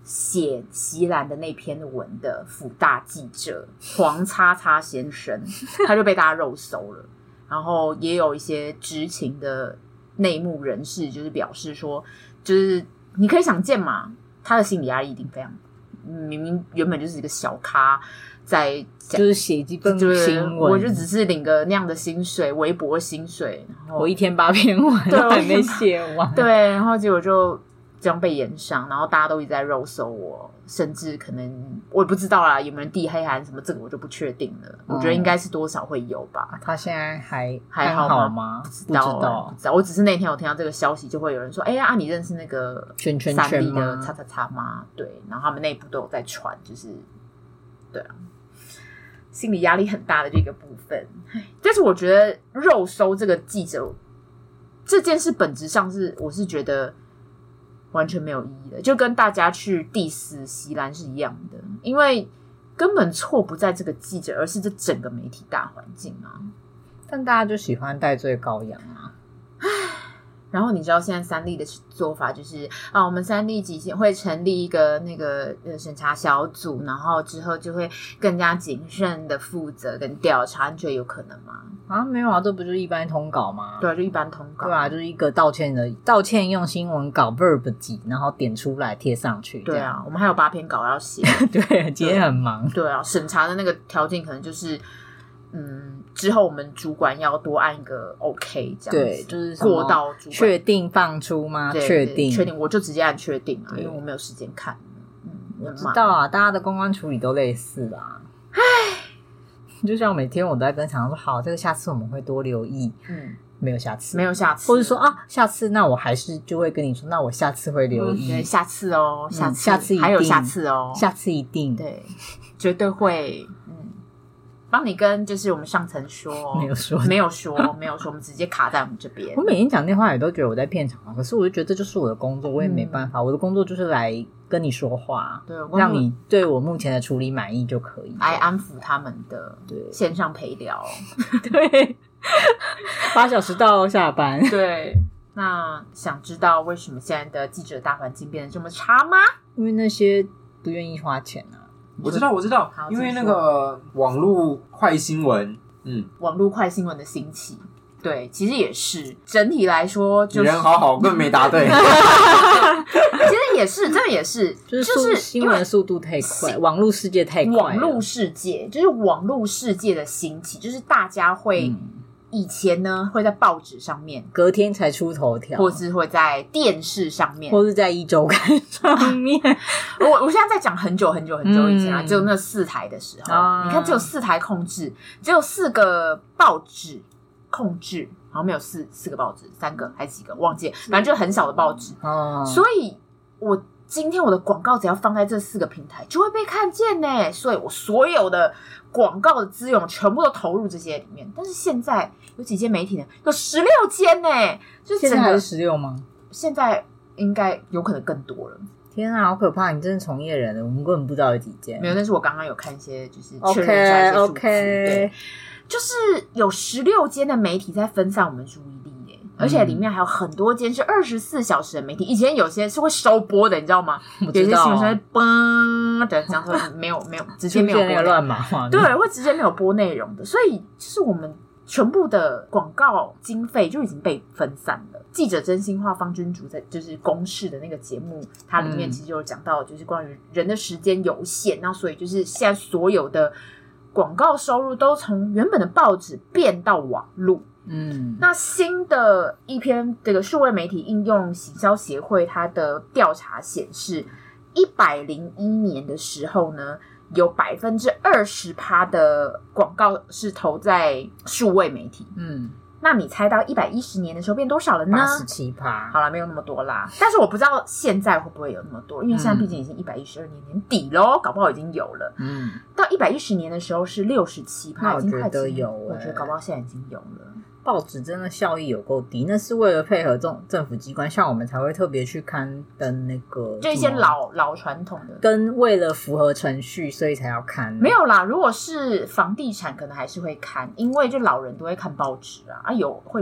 写席兰的那篇文的辅大记者黄叉叉先生，他就被大家肉搜了。然后也有一些知情的内幕人士，就是表示说，就是你可以想见嘛，他的心理压力一定非常，明明原本就是一个小咖，在就是写几份新闻， 我就只是领个那样的薪水，微薄薪水，然后我一天八篇文都还没写完， 对，然后结果就这样被延上，然后大家都一直在肉搜我，甚至可能我也不知道啦，有没有人递黑函什么，这个我就不确定了。嗯、我觉得应该是多少会有吧。 他现在还还好吗? 吗？ 不知道，不知道，不知道。我只是那天我听到这个消息，就会有人说：“哎呀，啊、你认识那个圈圈圈吗？ 的叉叉叉吗？”对，然后他们内部都有在传，就是对啊，心理压力很大的这个部分。但是我觉得肉搜这个记者这件事本质上是，我是觉得。完全没有意义的，就跟大家去 diss 席兰是一样的，因为根本错不在这个记者，而是这整个媒体大环境啊。 但大家就喜欢戴罪羔羊啊。 然后你知道现在三立的做法就是啊，我们三立即将会成立一个那个呃审查小组，然后之后就会更加谨慎的负责跟调查，你觉得有可能吗？ 啊，没有啊，这不就是一般通稿吗？ 对啊，就一般通稿。对啊，就是一个道歉的道歉用新闻稿 verb 集，然后点出来贴上去。 对啊，我们还有八篇稿要写。 对，今天很忙。 对啊，审查的那个条件可能就是。嗯，之后我们主管要多按一个 OK 这样子， 对，就是过到主管确定放出吗？确定， 确定，我就直接按确定啊，因为我没有时间看。嗯， 我知道啊，大家的公关处理都类似啦。唉，就像每天我都在跟厂商说，好，这个下次我们会多留意。嗯，没有下次， 没有下次， 或者说啊，下次那我还是就会跟你说，那我下次会留意， 嗯、下次哦，下次，嗯、 下次一定还有下次哦， 下次一定， 对，绝对会。帮你跟就是我们上层说， 没有说， 没有说，没有说，我们直接卡在我们这边。 我每天讲电话也都觉得我在骗场啊，可是我就觉得这就是我的工作，我也没办法，嗯、我的工作就是来跟你说话， 对， 让你对我目前的处理满意就可以， 来安抚他们的对线上陪聊， 对，八小时到下班， 对。那想知道为什么现在的记者大环境变得这么差吗？ 因为那些不愿意花钱啊。 我知道，我知道，因为那个网络快新闻，嗯， 网络快新闻的兴起，对，其实也是整体来说，就是人好好，根本没答对。 其实也是，这也是， 就是就是新闻速度太快，网络世界太快， 网络世界就是网络世界的兴起，就是大家会。嗯以前呢，会在报纸上面， 隔天才出头条， 或是会在电视上面， 或是在一周刊上面。 我我现在在讲很久很久很久以前啊，嗯、只有那四台的时候，啊、你看只有四台控制，只有四个报纸控制，好像没有四四个报纸，三个还是几个忘记了，反正就很少的报纸。啊、所以我今天我的广告只要放在这四个平台，就会被看见呢。所以我所有的广告的资源全部都投入这些里面。但是现在有几间媒体呢？有十六间呢，就是现在还是十六吗？ 现在应该有可能更多了。 天啊，好可怕！你真是从业人了，我们根本不知道有几间。 没有，但是我刚刚有看一些，就是确认一下一些数字。Okay, okay. 对，就是有十六间的媒体在分散我们注意力。而且里面还有很多间是二十四小时的媒体，以前有些是会收播的，你知道吗？ 我知道， 有些新闻是会嘣的，这样说没有没有直接没有播乱码， 对，会直接没有播内容的，所以就是我们全部的广告经费就已经被分散了。记者真心话方君竹在就是公视的那个节目，它里面其实就有讲到，就是关于人的时间有限，那、嗯、所以就是现在所有的广告收入都从原本的报纸变到网路。嗯，那新的一篇这个数位媒体应用行销协会它的调查显示，一百零一年的时候呢，有百分之二十趴的广告是投在数位媒体。嗯，那你猜到一百一十年的时候变多少了呢？ 八十七趴。 好了，没有那么多啦。但是我不知道现在会不会有那么多，因为现在毕竟已经一百一十二年年底咯，搞不好已经有了。嗯，到一百一十年的时候是六十七趴，已经快觉得有、欸， 我觉得搞不好现在已经有了。 报纸真的效益有够低，那是为了配合这种政府机关，像我们才会特别去刊登那个， 就一些老老传统的， 跟为了符合程序，所以才要刊。 没有啦，如果是房地产，可能还是会刊，因为就老人都会看报纸啊，啊有会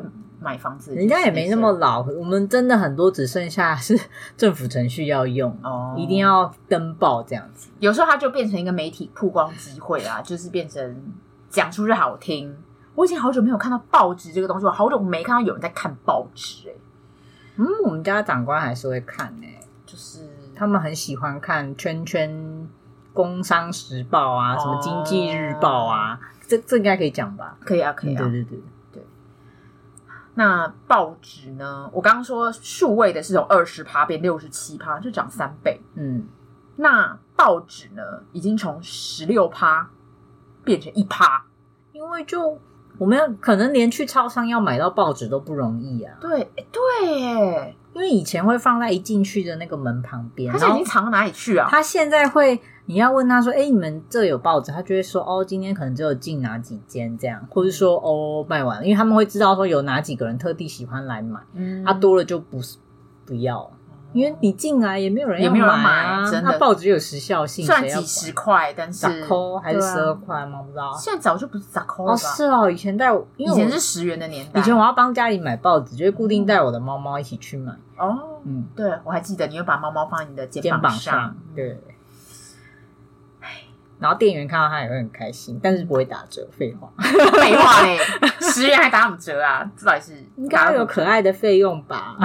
买房子， 人家也没那么老，我们真的很多只剩下是政府程序要用，哦，一定要登报这样子。 有时候它就变成一个媒体曝光机会啊，就是变成讲出去好听。我已经好久没有看到报纸这个东西，我好久没看到有人在看报纸哎、欸。 嗯，我们家长官还是会看哎、欸， 就是他们很喜欢看圈圈、工商时报啊，什么经济日报啊，哦、这这应该可以讲吧？ 可以啊，可以啊， 对对对对。那报纸呢？我刚刚说数位的是从二十趴变六十七趴，就涨三倍。嗯，那报纸呢，已经从十六趴变成一趴， 因为就。我们要可能连去超商要买到报纸都不容易啊！ 对对耶， 因为以前会放在一进去的那个门旁边， 他现在已经藏到哪里去啊？ 他现在会，你要问他说：“哎，你们这有报纸？”他就会说：“哦，今天可能只有进哪几间这样，或者说哦卖完了。”因为他们会知道说有哪几个人特地喜欢来买，嗯，他、啊、多了就不是不要。因为你进来也没有人要买、啊， 也没有人买，真的。 那报纸有时效性， 虽然几十块，但是十块还是十二块吗？不知道。 现在早就不是十块了吧？ 哦，是哦，以前带我，因为以前是十元的年代。 以前我要帮家里买报纸，就会固定带我的猫猫一起去买。 哦，嗯，对，我还记得你会把猫猫放在你的肩膀上， 肩膀上对。然后店员看到他也会很开心，但是不会打折。废话， 废话嘞，十元还打什么折啊？这到底是应该有可爱的费用吧？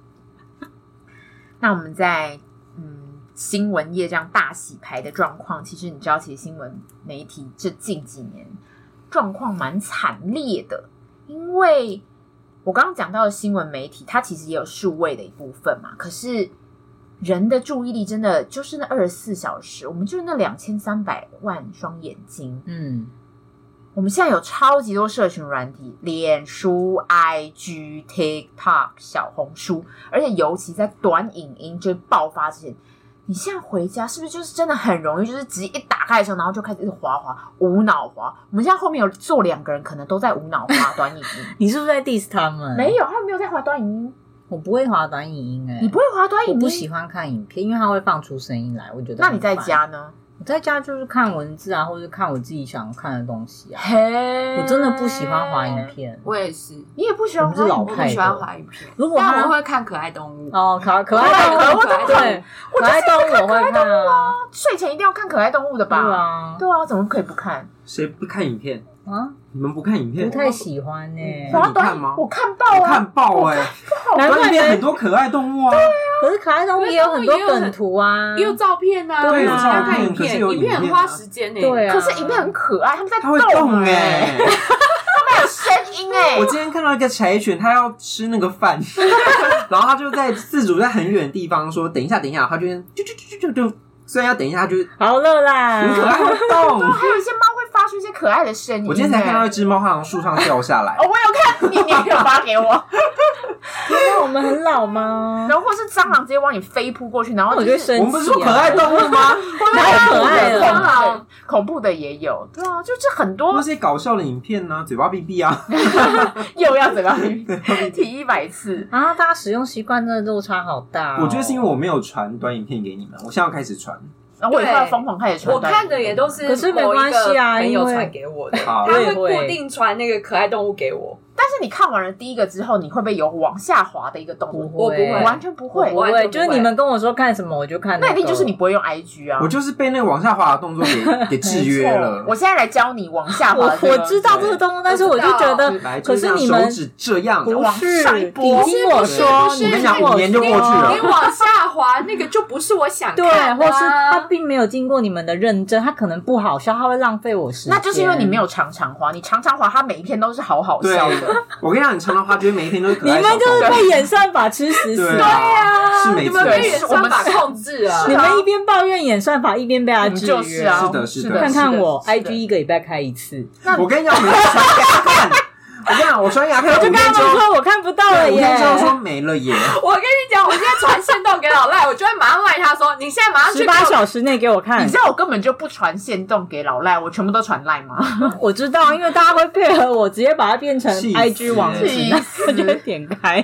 那我们在嗯新闻业这样大洗牌的状况，其实你知道，其实新闻媒体这近几年状况蛮惨烈的，因为我刚刚讲到的新闻媒体，它其实也有数位的一部分嘛，可是人的注意力真的就是那二十四小时，我们就是那两千三百万双眼睛，嗯。我们现在有超级多社群软体，脸书、I G、TikTok、小红书，而且尤其在短影音就爆发之前，你现在回家是不是就是真的很容易，就是直接一打开的时候，然后就开始一直滑滑，无脑滑。我们现在后面有坐两个人，可能都在无脑滑短影音。 你是不是在 diss 他们？ 没有，他们没有在滑短影音。 我不会滑短影音哎、欸， 你不会滑短影音？ 我不喜欢看影片，因为它会放出声音来，我觉得。 那你在家呢？ 我在家就是看文字啊，或者看我自己想看的东西啊。嘿，我真的不喜欢滑影片。 我也是， 你也不喜欢滑影片？ 我不喜欢滑影片。 如果但我会看可爱动物哦，可可爱动物， 可爱对，可爱动物我会看啊。 睡前一定要看可爱动物的吧？ 对啊， 对啊，怎么可以不看？ 谁不看影片啊？ 你们不看影片？ 不太喜欢呢、欸。 你看吗？ 我看爆啊！ 我看爆哎、欸！短影片很多可爱动物啊。 可是可爱动物也有很多梗图啊， 也有照片啊。 对，有照片， 影片， 有影片很花时间呢、欸。 对啊。 可是影片很可爱，他们在它会动哎、欸， 他们有声音哎、欸。 我今天看到一个柴犬，它要吃那个饭，然后它就在自主在很远的地方说：“等一下，等一下。”它就就就就就就。虽然要等一下，它就好了啦， 很可爱，会动。 还有一些猫会发出一些可爱的声音。 我今天才看到一只猫，它从树上掉下来。 哦，我有看，你你有发给我。 那我们很老吗？ 然后或是蟑螂直接往你飞扑过去，然后、就是、 我就生气、啊。 我们不是说可爱动物吗？ 哪有可爱的蟑螂？恐怖的也有，对啊，就是很多那些搞笑的影片呢、啊，嘴巴闭闭啊， 又要嘴巴闭闭，提一百次啊！大家使用习惯真的落差好大、哦。 我觉得是因为我没有传短影片给你们，我现在要开始传。 然后我也快疯狂开始传， 我看的也都是可是没关系啊， 朋友传给我的，他会固定传那个可爱动物给我。 但是你看完了第一个之后，你会不会有往下滑的一个动作？ 我不会， 完全不会， 不会。就是你们跟我说看什么，我就看、那個。 那一定就是你不会用 I G 啊。 我就是被那个往下滑的动作给给制约了。 我现在来教你往下滑、這個。 我我知道这个动作，但是我就觉得，可是你们手指这样， 不是你听我说， 我跟你讲，五年就过去了。 你往下滑那个就不是我想看的、 啊，对，或是他并没有经过你们的认真，他可能不好笑，他会浪费我时间。 那就是因为你没有常常滑，你常常滑，他每一篇都是好好笑的。 我跟你讲，你常常滑，觉得每一天都是可爱。 你们就是被演算法吃死死。 对啊，是没错， 你们被演算法控制了。 你们一边抱怨演算法，一边被他制约。 就是啊， 是的，是的。 看看我 ，I G 一个礼拜开一次。 我跟你讲，我们刷牙看。我跟你讲，我刷牙看我就跟他们说，我看不到了耶。 五天之后说没了耶。 我跟你讲，我现在传限动给老赖，我就会马上赖他说，你现在马上去十八小时内给我看。 你知道我根本就不传限动给老赖，我全部都传赖吗？ 我知道，因为大家会配合我，直接把它变成 I G 网址，我就会点开。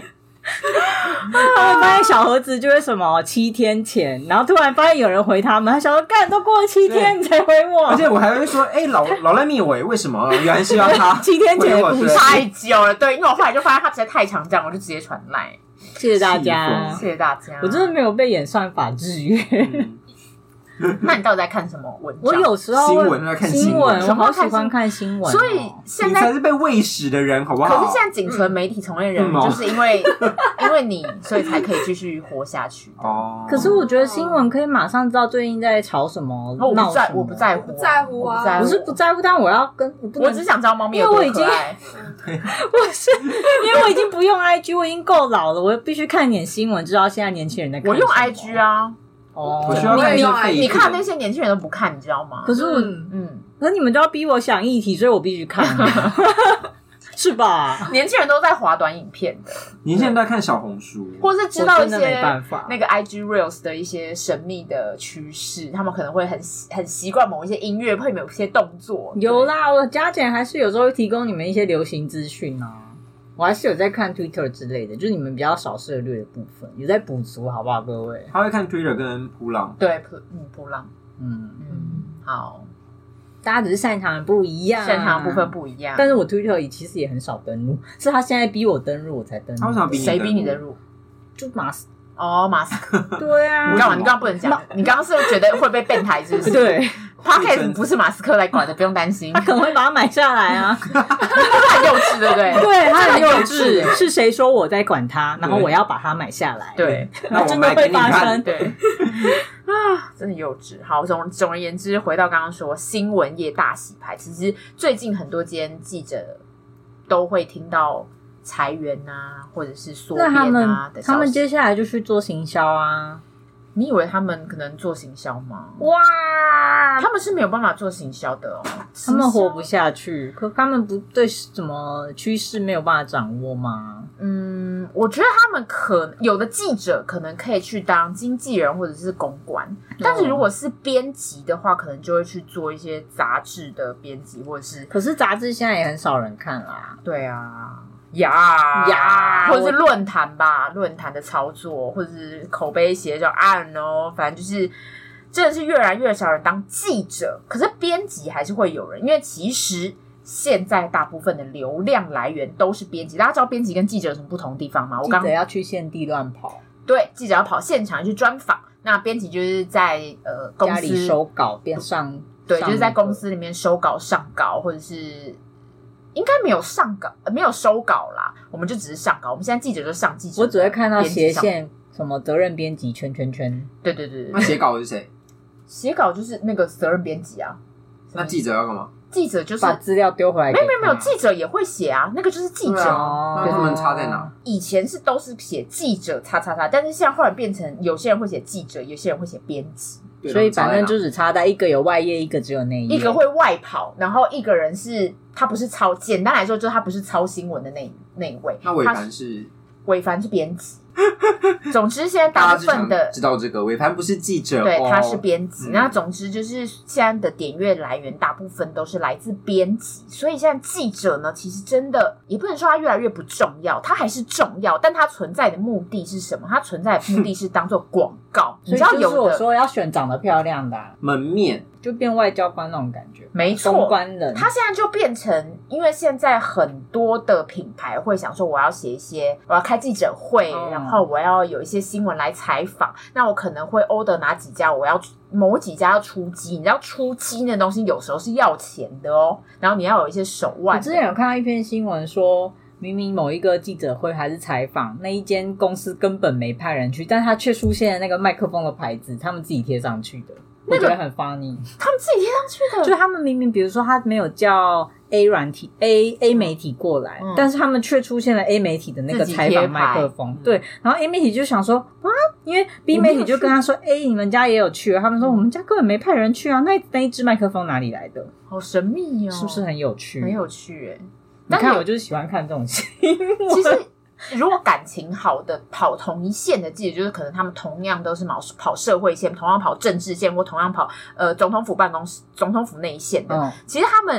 他们发现小盒子就会什么七天前，然后突然发现有人回他们，他想说干都过了七天你才回我， 而且我还会说，哎、欸，老老赖密尾为什么？原来是要他七天前的故事， 太久了。对，因为我后来就发现他实在太常这样，我就直接传赖。 谢谢大家， 谢谢大家。 我真的没有被演算法制约。 嗯那你到底在看什么文章？ 我有时候新闻在看新闻， 我好喜欢看新闻、哦。 所以现在你才是被喂食的人，好不好？ 可是现在仅存媒体从业人员， 嗯、 就是因为、嗯、因为你，所以才可以继续活下去。 哦。 可是我觉得新闻可以马上知道最近在吵什么， 我不在， 我不在乎， 不在乎啊！ 我不是不在乎，但我要跟我不能， 我只想知道猫咪有多可爱。 因为我已经，我是因为我已经不用 I G， 我已经够老了，我必须看点新闻，知道现在年轻人在看什么。 我用 I G 啊。 哦， 我需要看一些废你看那些年轻人都不看，你知道吗？ 可是我， 嗯，嗯可是你们就要逼我想议题，所以我必须看，是吧？ 年轻人都在滑短影片的， 年轻人都在看小红书， 或是知道一些那个 I G Reels 的一些神秘的趋势，他们可能会很很习惯某一些音乐，会有一些动作。 有啦，我加减还是有时候会提供你们一些流行资讯啊。我还是有在看 Twitter 之类的，就是你们比较少涉猎的部分，有在补足，好不好，各位？ 他会看 Twitter 跟扑浪， 对，扑嗯扑浪， 嗯嗯，好， 大家只是擅长的不一样， 擅长的部分不一样。 但是我 Twitter 其实也很少登录，是他现在逼我登录，我才登录。 他为什么逼你？ 谁逼你登录？ 就马斯哦，马斯克。 对啊， 你干嘛？你刚刚不能讲，你刚刚是觉得会被变态，是不是？ 对。 Podcast 不是马斯克来管的，不用担心。 他可能会把它买下来啊。 他很幼稚，对不对？ 对，他很幼稚。是谁说我在管他，然后我要把它买下来？ 对， 那我真的会发生。 对啊，真的幼稚。好，总总而言之，回到刚刚说新闻业大洗牌，其实最近很多间记者都会听到裁员啊，或者是缩编啊的消息。 他们接下来就去做行销啊。 你以为他们可能做行销吗？ 哇， 他们是没有办法做行销的哦， 他们活不下去。可他们不对什么趋势没有办法掌握吗？ 嗯，我觉得他们可能有的记者可能可以去当经纪人或者是公关，但是如果是编辑的话，可能就会去做一些杂志的编辑，或者是可是杂志现在也很少人看啦。 对啊。呀呀， 或者是论坛吧，论坛的操作，或者是口碑写叫案哦，反正就是真的是越来越少人当记者，可是编辑还是会有人，因为其实现在大部分的流量来源都是编辑。大家知道编辑跟记者有什么不同的地方吗？我刚记者要去现地乱跑， 对，记者要跑现场去专访，那编辑就是在呃公司家里收稿边上， 对，就是在公司里面收稿上稿，或者是。应该没有上稿，没有收稿啦，我们就只是上稿。我们现在记者就上记者， 我只会看到斜线什么责任编辑圈圈圈。 对对对对， 那写稿的是谁？ 写稿就是那个责任编辑啊。 那记者要干嘛？ 记者就是把资料丢回来。 没有没有没有，记者也会写啊，那个就是记者。 哦、 那他们差在哪？ 以前是都是写记者叉叉叉，但是现在后来变成有些人会写记者，有些人会写编辑。 所以反正就只差在一个有外页，一个只有内页。 一个会外跑，然后一个人是他不是抄，简单来说就是他不是抄新闻的那那一位。 那伟凡是伟凡是编辑。总之，现在大部分的知道这个伟凡不是记者， 对， 哦、 他是编辑。嗯、那总之就是现在的点阅来源大部分都是来自编辑，所以现在记者呢，其实真的也不能说他越来越不重要，他还是重要，但他存在的目的是什么？他存在的目的是当做广告。你知道有的我说要选长得漂亮的、啊、 门面， 就变外交官那种感觉。 没错， 公关人， 他现在就变成，因为现在很多的品牌会想说，我要写一些，我要开记者会，嗯、然后我要有一些新闻来采访，那我可能会 order 哪几家，我要某几家要出击，你知道出击那东西有时候是要钱的哦，然后你要有一些手腕。 我之前有看到一篇新闻说，明明某一个记者会还是采访，那一间公司根本没派人去，但他却出现了那个麦克风的牌子，他们自己贴上去的。我觉得很 funny， 他们自己贴上去的， 就是他们明明比如说他没有叫 A 软体 A A 媒体过来、嗯，但是他们却出现了 A 媒体的那个采访麦克风，对，然后 A 媒体就想说啊，因为 B 媒体就跟他说，哎，你们家也有去，他们说我们家根本没派人去啊，那那一支麦克风哪里来的？ 好神秘哦， 是不是很有趣？ 很有趣哎， 你看我就是喜欢看这种新闻， 其实。如果感情好的跑同一线的记者，就是可能他们同样都是跑跑社会线，同样跑政治线，或同样跑呃总统府办公室、总统府那一线的、嗯，其实他们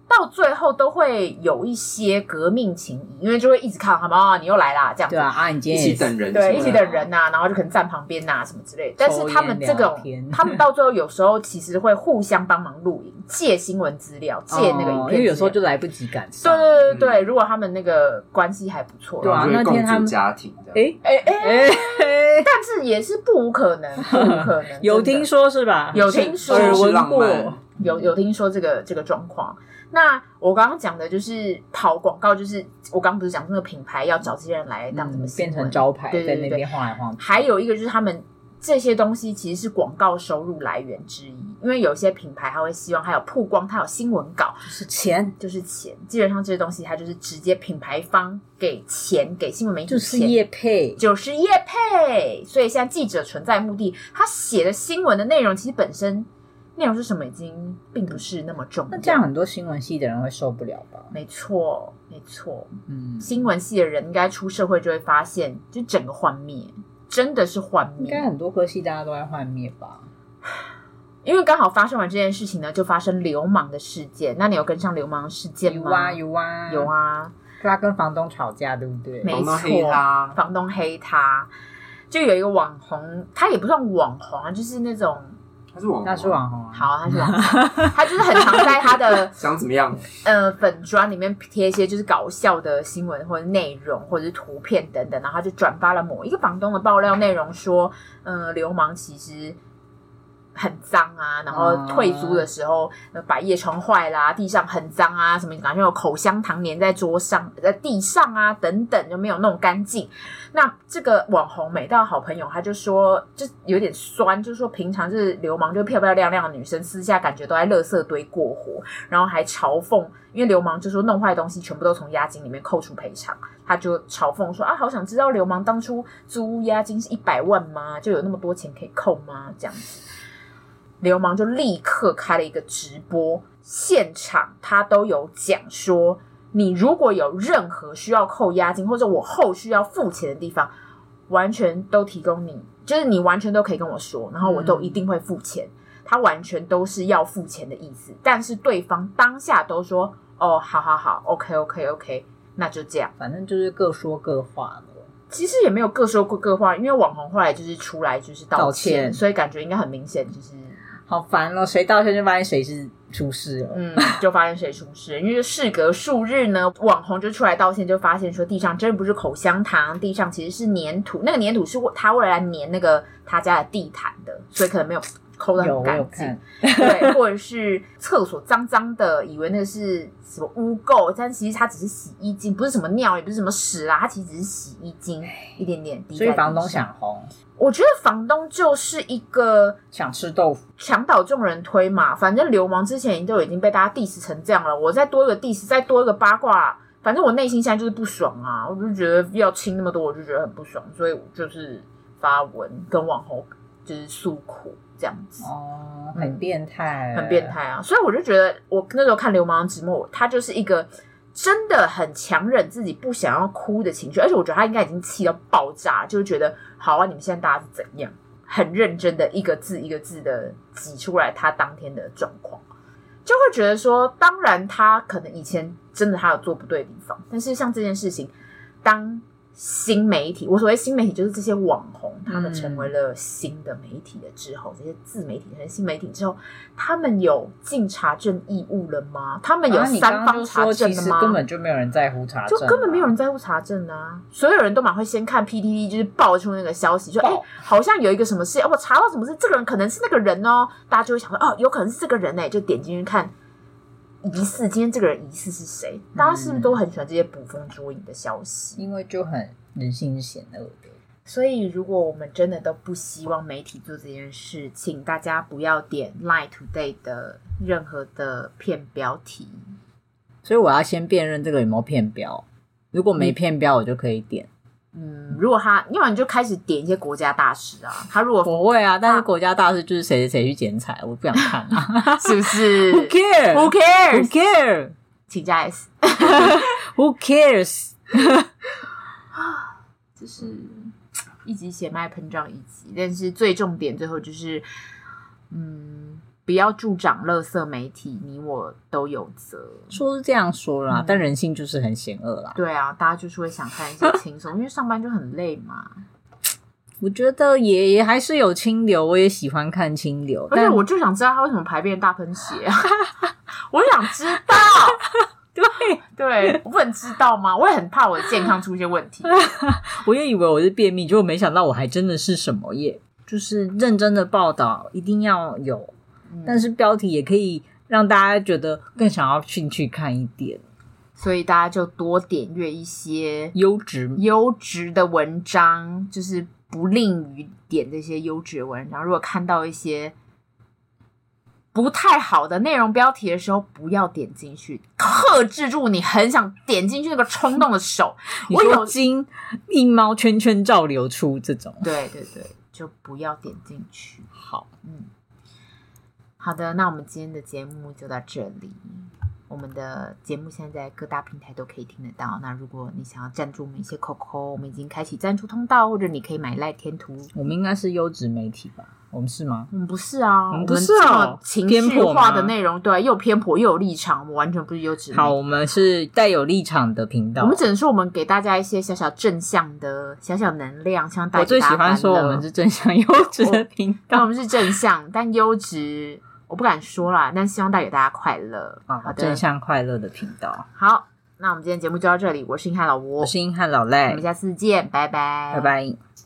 到最后都会有一些革命情谊，因为就会一直看到他们啊，你又来啦，这样子。 对啊，啊，你今一天也起等人， 对，一起等人呐、啊，然后就可能站旁边呐、啊、什么之类的。但是他们这种，他们到最后有时候其实会互相帮忙录影，借新闻资料，借那个影片、哦， 因为有时候就来不及赶上。 对对对对，嗯、如果他们那个关系还不错， 对啊，那天他们家庭的， 哎哎哎， 但是也是不无可能，不无可能。 有听说是吧？ 有听说， 耳闻过， 有有听说这个这个状况。那我刚刚讲的就是跑广告，就是我刚刚不是讲那个品牌要找这些人来当什么、嗯、 变成招牌， 对对对对， 在那边晃来晃去。 还有一个就是他们这些东西其实是广告收入来源之一，因为有些品牌他会希望它有曝光，它有新闻稿， 就是钱， 就是钱。基本上这些东西它就是直接品牌方给钱给新闻媒体钱， 就是业配， 就是业配。所以现在记者存在目的，他写的新闻的内容其实本身。内容是什么已经并不是那么重要， 那这样很多新闻系的人会受不了吧？ 没错，没错， 嗯， 新闻系的人应该出社会就会发现，就整个幻灭，真的是幻灭。 应该很多科系大家都在幻灭吧？ 因为刚好发生完这件事情呢，就发生流氓的事件。那你有跟上流氓事件吗？ 有啊，有啊， 有啊。 他跟房东吵架，对不对？ 没错， 房东黑他， 房东黑他。就有一个网红，他也不算网红啊，就是那种。 他是网红， 他是网红啊， 好，他是网红，他就是很常在他的想怎么样？ 呃，粉专里面贴一些就是搞笑的新闻或者内容或者是图片等等，然后他就转发了某一个房东的爆料内容，说，呃，流氓其实很脏啊，然后退租的时候，呃，百叶窗坏啦，地上很脏啊，什么感觉有口香糖粘在桌上、在地上啊，等等，就没有弄干净。那这个网红美到好朋友，他就说，就有点酸，就是说平常就是流氓，就漂漂亮亮的女生，私下感觉都在垃圾堆过活，然后还嘲讽，因为流氓就说弄坏的东西全部都从押金里面扣除赔偿，他就嘲讽说啊，好想知道流氓当初租屋押金是一百万吗？就有那么多钱可以扣吗？这样子。流氓就立刻开了一个直播，现场他都有讲说，你如果有任何需要扣押金或者我后续要付钱的地方，完全都提供你，就是你完全都可以跟我说，然后我都一定会付钱、嗯、他完全都是要付钱的意思，但是对方当下都说哦，好好好 OK OK OK， 那就这样， 反正就是各说各话了。 其实也没有各说各话，因为网红后来就是出来就是道歉, 道歉所以感觉应该很明显，就是好烦哦！谁道歉就发现谁是出事了， 嗯，就发现谁出事了。因为事隔数日呢，网红就出来道歉，就发现说地上真的不是口香糖，地上其实是粘土，那个粘土是他为了来粘那个他家的地毯的，所以可能没有抠得很干净，对，或者是厕所脏脏的，以为那个是什么污垢，但其实它只是洗衣精，不是什么尿，也不是什么屎啦，它其实只是洗衣精，一点点滴在地上。 所以房东想红， 我觉得房东就是一个想吃豆腐， 墙倒众人推嘛。反正流氓之前都已经被大家 diss 成这样了，我再多一个 diss， 再多一个八卦，反正我内心现在就是不爽啊！我就觉得要亲那么多，我就觉得很不爽，所以我就是发文跟网红就是诉苦。这样子哦，很变态、 嗯，很变态啊！所以我就觉得，我那时候看《流氓之末》，他就是一个真的很强忍自己不想要哭的情绪，而且我觉得他应该已经气到爆炸，就是觉得好啊，你们现在大家是怎样？很认真的一个字一个字的挤出来他当天的状况，就会觉得说，当然他可能以前真的他有做不对的地方，但是像这件事情，当新媒体，我所谓新媒体就是这些网红，他们成为了新的媒体了之后，这些自媒体成为新媒体之后，他们有尽查证义务了吗？他们有三方查证了吗？啊、 其实根本就没有人在乎查证、啊， 就根本没有人在乎查证啊！所有人都蛮会先看 P T T， 就是爆出那个消息，说哎、欸，好像有一个什么事，我查到什么事，这个人可能是那个人哦，大家就会想说哦，有可能是这个人哎、欸，就点进去看。疑似今天这个人疑似是谁？大家是不是都很喜欢这些捕风捉影的消息？ 因为就很人性是险恶的。 所以如果我们真的都不希望媒体做这件事，请大家不要点 Line Today 的任何的片标题。 所以我要先辨认这个有没有骗标，如果没骗标我就可以点。 嗯，如果他，要么你就开始点一些国家大事啊。他如果我会啊，但是国家大事就是谁谁谁去剪彩，我不想看啊， 是不是 ？Who cares? Who cares? Who cares? 请加 S 。 Who cares? 这是一集血脉喷张一集，但是最重点最后就是，嗯， 不要助长垃圾媒体，你我都有责。 说是这样说啦， 嗯但人性就是很险恶啦。 对啊，大家就是会想看一些轻松，因为上班就很累嘛。 我觉得也也还是有清流，我也喜欢看清流， 而且但我就想知道他为什么排便大喷血啊！我想知道。 对对，我不能知道吗？我也很怕我的健康出现问题。 我也以为我是便秘，结果没想到我还真的是什么耶。就是认真的报道一定要有， 嗯、 但是标题也可以让大家觉得更想要进去看一点， 所以大家就多点阅一些优质优质的文章，就是不吝于点这些优质的文章。如果看到一些不太好的内容标题的时候，不要点进去，克制住你很想点进去那个冲动的手。 你我有说金一猫圈圈照流出这种， 对对对，就不要点进去。 好， 嗯，好的，那我们今天的节目就到这里。我们的节目现在在各大平台都可以听得到。那如果你想要赞助我们一些扣扣，我们已经开启赞助通道，或者你可以买赖天图。 我们应该是优质媒体吧？我们是吗？ 我们不是啊， 我们不是啊我们这么情绪偏颇吗化的内容，对，又偏颇又有立场，我们完全不是优质媒体。 好，我们是带有立场的频道。 我们只能说，我们给大家一些小小正向的小小能量，希望大家我最喜欢说我们是正向优质的频道， 我们是正向，但优质我不敢说啦，但希望带给大家快乐。 啊， 好的， 正向快乐的频道。 好，那我们今天节目就到这里，我是硬汉老吴， 我是硬汉老我赖们，下次见，拜拜， 拜拜。